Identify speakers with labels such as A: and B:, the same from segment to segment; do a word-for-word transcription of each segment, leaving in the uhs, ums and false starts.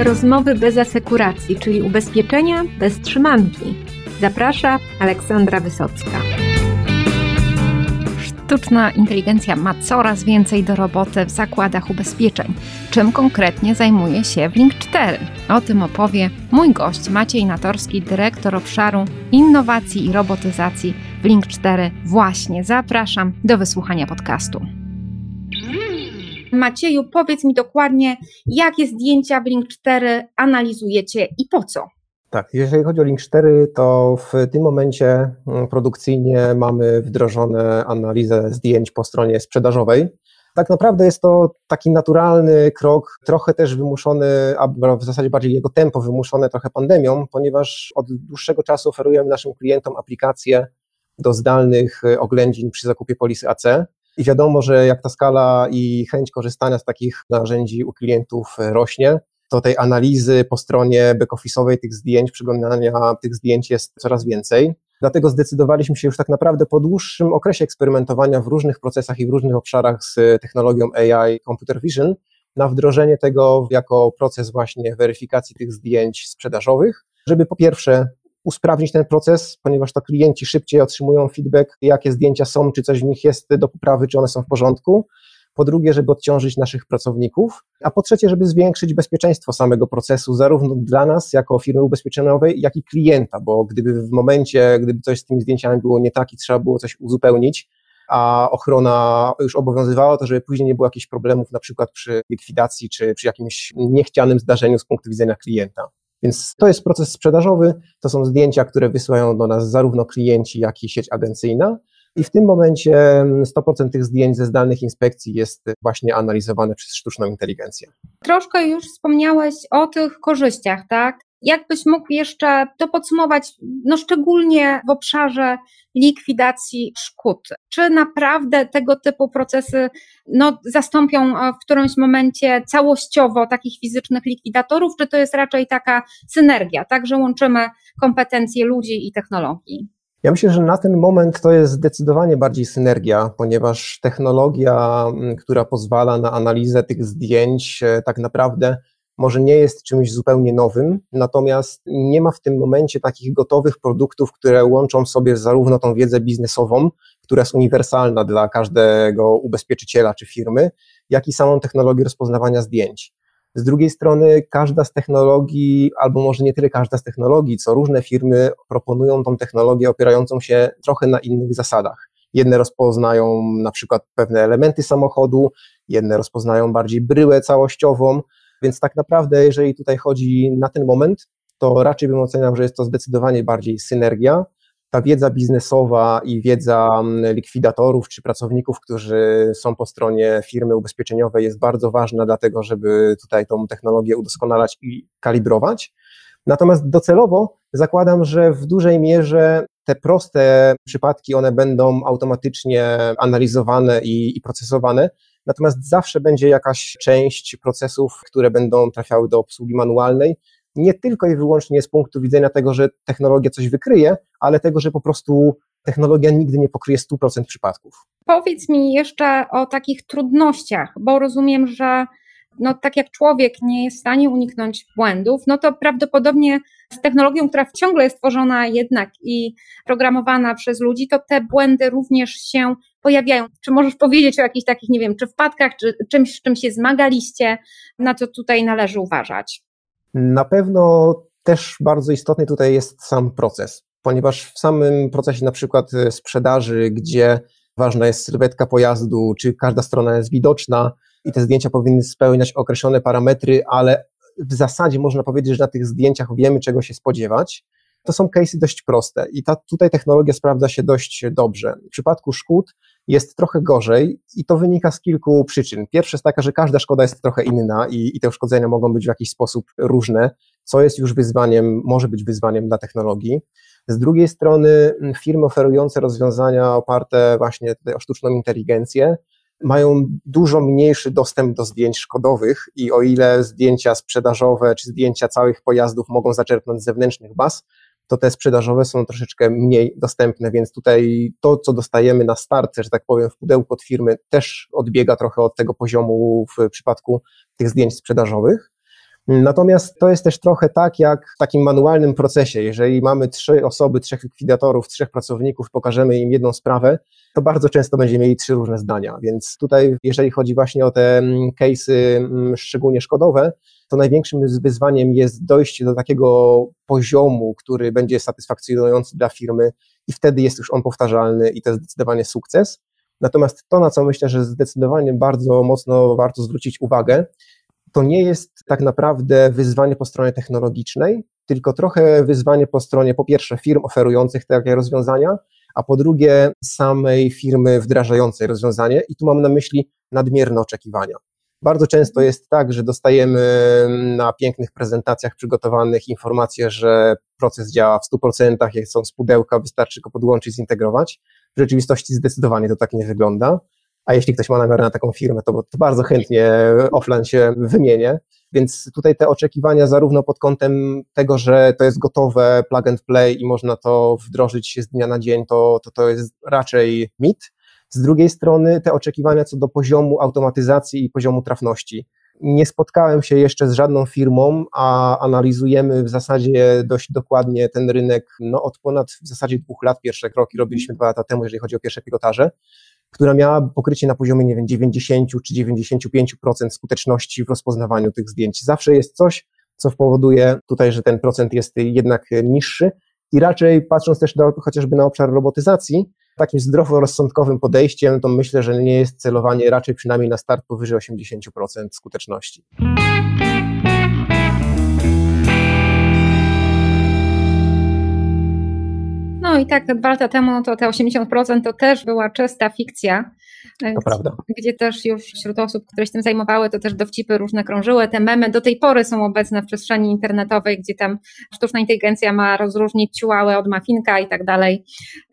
A: Rozmowy bez asekuracji, czyli ubezpieczenia bez trzymanki. Zaprasza Aleksandra Wysocka.
B: Sztuczna inteligencja ma coraz więcej do roboty w zakładach ubezpieczeń. Czym konkretnie zajmuje się w Link cztery? O tym opowie mój gość Maciej Natorski, dyrektor obszaru innowacji i robotyzacji w Link cztery. Właśnie zapraszam do wysłuchania podcastu. Macieju, powiedz mi dokładnie, jakie zdjęcia w Link cztery analizujecie i po co?
C: Tak, jeżeli chodzi o Link cztery, to w tym momencie produkcyjnie mamy wdrożone analizę zdjęć po stronie sprzedażowej. Tak naprawdę jest to taki naturalny krok, trochę też wymuszony, a w zasadzie bardziej jego tempo wymuszone trochę pandemią, ponieważ od dłuższego czasu oferujemy naszym klientom aplikacje do zdalnych oględzin przy zakupie polisy A C. I wiadomo, że jak ta skala i chęć korzystania z takich narzędzi u klientów rośnie, to tej analizy po stronie back-office'owej tych zdjęć, przeglądania tych zdjęć jest coraz więcej. Dlatego zdecydowaliśmy się już tak naprawdę po dłuższym okresie eksperymentowania w różnych procesach i w różnych obszarach z technologią A I, Computer Vision, na wdrożenie tego jako proces właśnie weryfikacji tych zdjęć sprzedażowych, żeby po pierwsze usprawnić ten proces, ponieważ to klienci szybciej otrzymują feedback, jakie zdjęcia są, czy coś w nich jest do poprawy, czy one są w porządku. Po drugie, żeby odciążyć naszych pracowników, a po trzecie, żeby zwiększyć bezpieczeństwo samego procesu, zarówno dla nas, jako firmy ubezpieczeniowej, jak i klienta, bo gdyby w momencie, gdyby coś z tymi zdjęciami było nie tak i trzeba było coś uzupełnić, a ochrona już obowiązywała, to żeby później nie było jakichś problemów, na przykład przy likwidacji, czy przy jakimś niechcianym zdarzeniu z punktu widzenia klienta. Więc to jest proces sprzedażowy, to są zdjęcia, które wysyłają do nas zarówno klienci, jak i sieć agencyjna. I w tym momencie sto procent tych zdjęć ze zdalnych inspekcji jest właśnie analizowane przez sztuczną inteligencję.
B: Troszkę już wspomniałeś o tych korzyściach, tak? Jakbyś mógł jeszcze to podsumować, no szczególnie w obszarze likwidacji szkód? Czy naprawdę tego typu procesy no, zastąpią w którymś momencie całościowo takich fizycznych likwidatorów, czy to jest raczej taka synergia, tak, że łączymy kompetencje ludzi i technologii?
C: Ja myślę, że na ten moment to jest zdecydowanie bardziej synergia, ponieważ technologia, która pozwala na analizę tych zdjęć, tak naprawdę może nie jest czymś zupełnie nowym, natomiast nie ma w tym momencie takich gotowych produktów, które łączą w sobie zarówno tą wiedzę biznesową, która jest uniwersalna dla każdego ubezpieczyciela czy firmy, jak i samą technologię rozpoznawania zdjęć. Z drugiej strony każda z technologii, albo może nie tyle każda z technologii, co różne firmy proponują tą technologię opierającą się trochę na innych zasadach. Jedne rozpoznają na przykład pewne elementy samochodu, jedne rozpoznają bardziej bryłę całościową, więc tak naprawdę jeżeli tutaj chodzi na ten moment, to raczej bym oceniał, że jest to zdecydowanie bardziej synergia. Ta wiedza biznesowa i wiedza likwidatorów czy pracowników, którzy są po stronie firmy ubezpieczeniowej jest bardzo ważna, dlatego żeby tutaj tą technologię udoskonalać i kalibrować. Natomiast docelowo zakładam, że w dużej mierze te proste przypadki, one będą automatycznie analizowane i, i procesowane, natomiast zawsze będzie jakaś część procesów, które będą trafiały do obsługi manualnej, nie tylko i wyłącznie z punktu widzenia tego, że technologia coś wykryje, ale tego, że po prostu technologia nigdy nie pokryje stu procent przypadków.
B: Powiedz mi jeszcze o takich trudnościach, bo rozumiem, że no, tak jak człowiek nie jest w stanie uniknąć błędów, no to prawdopodobnie z technologią, która ciągle jest tworzona jednak i programowana przez ludzi, to te błędy również się pojawiają. Czy możesz powiedzieć o jakichś takich, nie wiem, czy wpadkach, czy czymś, z czym się zmagaliście, na co tutaj należy uważać?
C: Na pewno też bardzo istotny tutaj jest sam proces, ponieważ w samym procesie na przykład sprzedaży, gdzie ważna jest sylwetka pojazdu, czy każda strona jest widoczna i te zdjęcia powinny spełniać określone parametry, ale w zasadzie można powiedzieć, że na tych zdjęciach wiemy, czego się spodziewać. To są case'y dość proste i ta tutaj technologia sprawdza się dość dobrze. W przypadku szkód jest trochę gorzej i to wynika z kilku przyczyn. Pierwsza jest taka, że każda szkoda jest trochę inna i, i te uszkodzenia mogą być w jakiś sposób różne, co jest już wyzwaniem, może być wyzwaniem dla technologii. Z drugiej strony firmy oferujące rozwiązania oparte właśnie tutaj o sztuczną inteligencję mają dużo mniejszy dostęp do zdjęć szkodowych i o ile zdjęcia sprzedażowe czy zdjęcia całych pojazdów mogą zaczerpnąć z zewnętrznych baz, to te sprzedażowe są troszeczkę mniej dostępne, więc tutaj to, co dostajemy na starcie, że tak powiem, w pudełku od firmy też odbiega trochę od tego poziomu w przypadku tych zdjęć sprzedażowych. Natomiast to jest też trochę tak, jak w takim manualnym procesie. Jeżeli mamy trzy osoby, trzech likwidatorów, trzech pracowników, pokażemy im jedną sprawę, to bardzo często będziemy mieli trzy różne zdania. Więc tutaj, jeżeli chodzi właśnie o te case'y szczególnie szkodowe, to największym wyzwaniem jest dojście do takiego poziomu, który będzie satysfakcjonujący dla firmy i wtedy jest już on powtarzalny i to jest zdecydowanie sukces. Natomiast to, na co myślę, że zdecydowanie bardzo mocno warto zwrócić uwagę, to nie jest tak naprawdę wyzwanie po stronie technologicznej, tylko trochę wyzwanie po stronie, po pierwsze, firm oferujących takie rozwiązania, a po drugie samej firmy wdrażającej rozwiązanie i tu mam na myśli nadmierne oczekiwania. Bardzo często jest tak, że dostajemy na pięknych prezentacjach przygotowanych informacje, że proces działa w stu procentach, jak są z pudełka, wystarczy go podłączyć, zintegrować. W rzeczywistości zdecydowanie to tak nie wygląda. A jeśli ktoś ma namiar na taką firmę, to, to bardzo chętnie offline się wymienię. Więc tutaj te oczekiwania zarówno pod kątem tego, że to jest gotowe, plug and play i można to wdrożyć z dnia na dzień, to to, to jest raczej mit. Z drugiej strony te oczekiwania co do poziomu automatyzacji i poziomu trafności. Nie spotkałem się jeszcze z żadną firmą, a analizujemy w zasadzie dość dokładnie ten rynek no, od ponad w zasadzie dwóch lat. Pierwsze kroki robiliśmy dwa lata temu, jeżeli chodzi o pierwsze pilotaże, która miała pokrycie na poziomie, nie wiem, dziewięćdziesiąt czy dziewięćdziesiąt pięć procent skuteczności w rozpoznawaniu tych zdjęć. Zawsze jest coś, co powoduje tutaj, że ten procent jest jednak niższy i raczej patrząc też do, chociażby na obszar robotyzacji, takim zdroworozsądkowym podejściem, to myślę, że nie jest celowanie raczej przynajmniej na start powyżej osiemdziesiąt procent skuteczności.
B: No i tak, te dwa lata temu no to te osiemdziesiąt procent to też była czysta fikcja.
C: To prawda.
B: Gdzie też już wśród osób, które się tym zajmowały, to też dowcipy różne krążyły. Te memy do tej pory są obecne w przestrzeni internetowej, gdzie tam sztuczna inteligencja ma rozróżnić ciułałę od mafinka i tak dalej.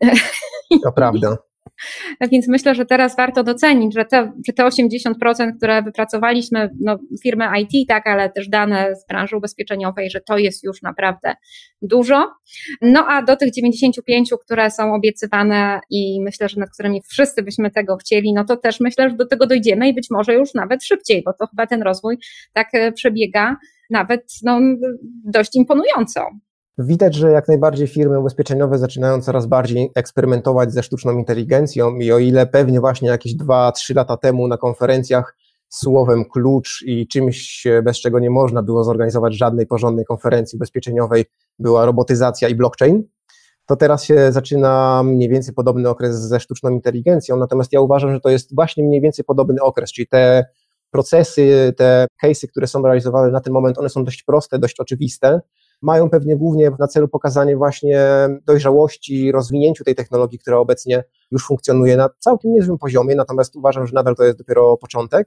C: To prawda.
B: Więc myślę, że teraz warto docenić, że te, że te osiemdziesiąt procent, które wypracowaliśmy, no firmy I T, tak, ale też dane z branży ubezpieczeniowej, że to jest już naprawdę dużo. No a do tych dziewięćdziesiąt pięć, które są obiecywane i myślę, że nad którymi wszyscy byśmy tego chcieli, no to też myślę, że do tego dojdziemy i być może już nawet szybciej, bo to chyba ten rozwój tak przebiega nawet no, dość imponująco.
C: Widać, że jak najbardziej firmy ubezpieczeniowe zaczynają coraz bardziej eksperymentować ze sztuczną inteligencją i o ile pewnie właśnie jakieś dwa trzy lata temu na konferencjach słowem klucz i czymś, bez czego nie można było zorganizować żadnej porządnej konferencji ubezpieczeniowej, była robotyzacja i blockchain, to teraz się zaczyna mniej więcej podobny okres ze sztuczną inteligencją, natomiast ja uważam, że to jest właśnie mniej więcej podobny okres, czyli te procesy, te case'y, które są realizowane na ten moment, one są dość proste, dość oczywiste, mają pewnie głównie na celu pokazanie właśnie dojrzałości, rozwinięciu tej technologii, która obecnie już funkcjonuje na całkiem niezłym poziomie, natomiast uważam, że nadal to jest dopiero początek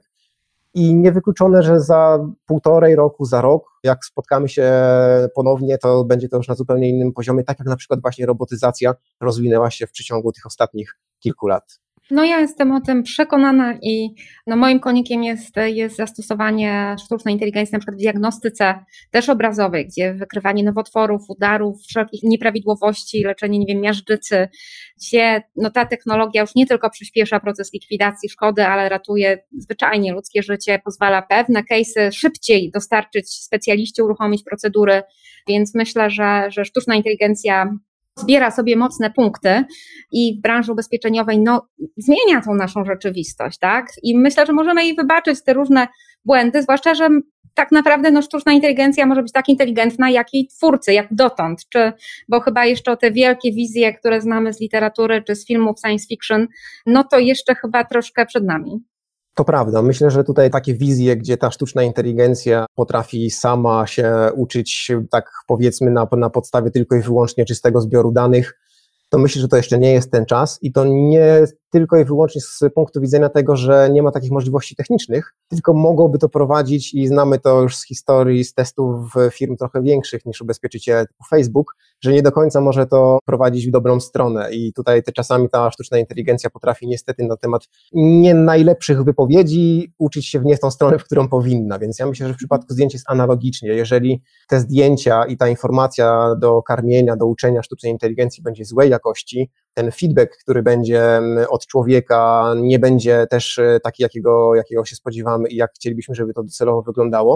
C: i niewykluczone, że za półtorej roku, za rok, jak spotkamy się ponownie, to będzie to już na zupełnie innym poziomie, tak jak na przykład właśnie robotyzacja rozwinęła się w przeciągu tych ostatnich kilku lat.
B: No ja jestem o tym przekonana i no moim konikiem jest, jest zastosowanie sztucznej inteligencji na przykład w diagnostyce też obrazowej, gdzie wykrywanie nowotworów, udarów, wszelkich nieprawidłowości, leczenie, nie wiem, miażdżycy, gdzie no ta technologia już nie tylko przyspiesza proces likwidacji szkody, ale ratuje zwyczajnie ludzkie życie, pozwala pewne case'y szybciej dostarczyć specjaliście, uruchomić procedury, więc myślę, że, że sztuczna inteligencja zbiera sobie mocne punkty i w branży ubezpieczeniowej no, zmienia tą naszą rzeczywistość, tak? I myślę, że możemy jej wybaczyć te różne błędy, zwłaszcza, że tak naprawdę no, sztuczna inteligencja może być tak inteligentna, jak jej twórcy, jak dotąd, czy, bo chyba jeszcze o te wielkie wizje, które znamy z literatury, czy z filmów science fiction, no to jeszcze chyba troszkę przed nami.
C: To prawda. Myślę, że tutaj takie wizje, gdzie ta sztuczna inteligencja potrafi sama się uczyć, tak powiedzmy na, na podstawie tylko i wyłącznie czystego zbioru danych, to myślę, że to jeszcze nie jest ten czas i to nie tylko i wyłącznie z punktu widzenia tego, że nie ma takich możliwości technicznych, tylko mogłoby to prowadzić i znamy to już z historii, z testów firm trochę większych niż ubezpieczyciele typu Facebook, że nie do końca może to prowadzić w dobrą stronę i tutaj te czasami ta sztuczna inteligencja potrafi niestety na temat nie najlepszych wypowiedzi uczyć się w nie w tą stronę, w którą powinna, więc ja myślę, że w przypadku zdjęć jest analogicznie, jeżeli te zdjęcia i ta informacja do karmienia, do uczenia sztucznej inteligencji będzie złej jakości, ten feedback, który będzie od człowieka, nie będzie też taki, jakiego, jakiego się spodziewamy i jak chcielibyśmy, żeby to docelowo wyglądało,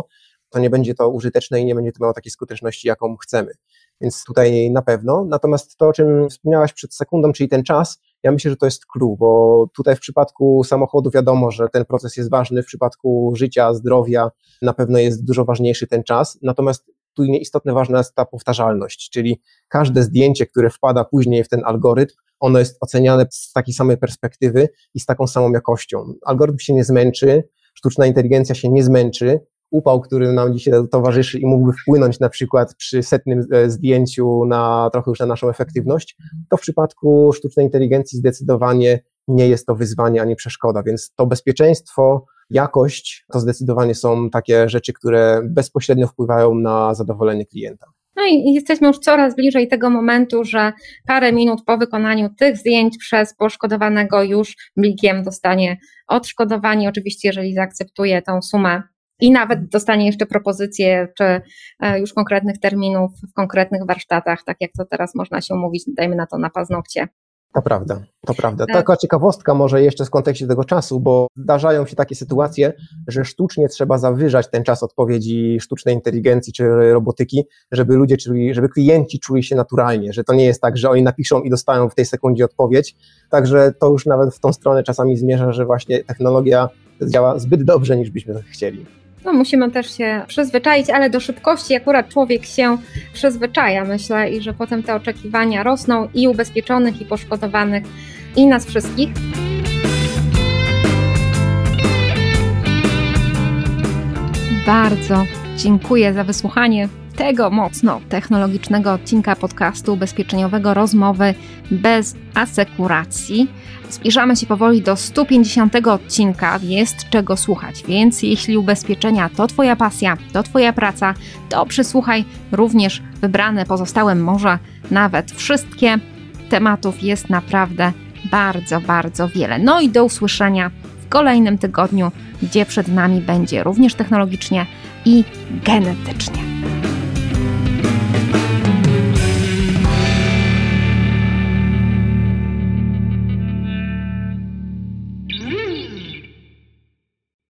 C: to nie będzie to użyteczne i nie będzie to miało takiej skuteczności, jaką chcemy. Więc tutaj na pewno. Natomiast to, o czym wspomniałaś przed sekundą, czyli ten czas, ja myślę, że to jest clue, bo tutaj w przypadku samochodu wiadomo, że ten proces jest ważny, w przypadku życia, zdrowia na pewno jest dużo ważniejszy ten czas, natomiast tu istotnie ważna jest ta powtarzalność, czyli każde zdjęcie, które wpada później w ten algorytm, ono jest oceniane z takiej samej perspektywy i z taką samą jakością. Algorytm się nie zmęczy, sztuczna inteligencja się nie zmęczy, upał, który nam dzisiaj towarzyszy i mógłby wpłynąć na przykład przy setnym zdjęciu na trochę już na naszą efektywność, to w przypadku sztucznej inteligencji zdecydowanie nie jest to wyzwanie ani przeszkoda, więc to bezpieczeństwo, jakość to zdecydowanie są takie rzeczy, które bezpośrednio wpływają na zadowolenie klienta.
B: No i jesteśmy już coraz bliżej tego momentu, że parę minut po wykonaniu tych zdjęć przez poszkodowanego już blikiem dostanie odszkodowanie, oczywiście jeżeli zaakceptuje tą sumę i nawet dostanie jeszcze propozycję czy już konkretnych terminów w konkretnych warsztatach, tak jak to teraz można się umówić, dajmy na to na paznokcie.
C: To prawda, to prawda. Taka ciekawostka może jeszcze w kontekście tego czasu, bo zdarzają się takie sytuacje, że sztucznie trzeba zawyżać ten czas odpowiedzi sztucznej inteligencji czy robotyki, żeby ludzie czuli, żeby klienci czuli się naturalnie, że to nie jest tak, że oni napiszą i dostają w tej sekundzie odpowiedź, także to już nawet w tą stronę czasami zmierza, że właśnie technologia działa zbyt dobrze, niż byśmy chcieli.
B: No, musimy też się przyzwyczaić, ale do szybkości akurat człowiek się przyzwyczaja, myślę, i że potem te oczekiwania rosną i ubezpieczonych, i poszkodowanych, i nas wszystkich. Bardzo dziękuję za wysłuchanie tego mocno technologicznego odcinka podcastu ubezpieczeniowego Rozmowy bez asekuracji. Zbliżamy się powoli do stu pięćdziesiątego odcinka, jest czego słuchać, więc jeśli ubezpieczenia to Twoja pasja, to Twoja praca, to przysłuchaj również wybrane pozostałe, może nawet wszystkie. Tematów jest naprawdę bardzo, bardzo wiele. No i do usłyszenia w kolejnym tygodniu, gdzie przed nami będzie również technologicznie i genetycznie.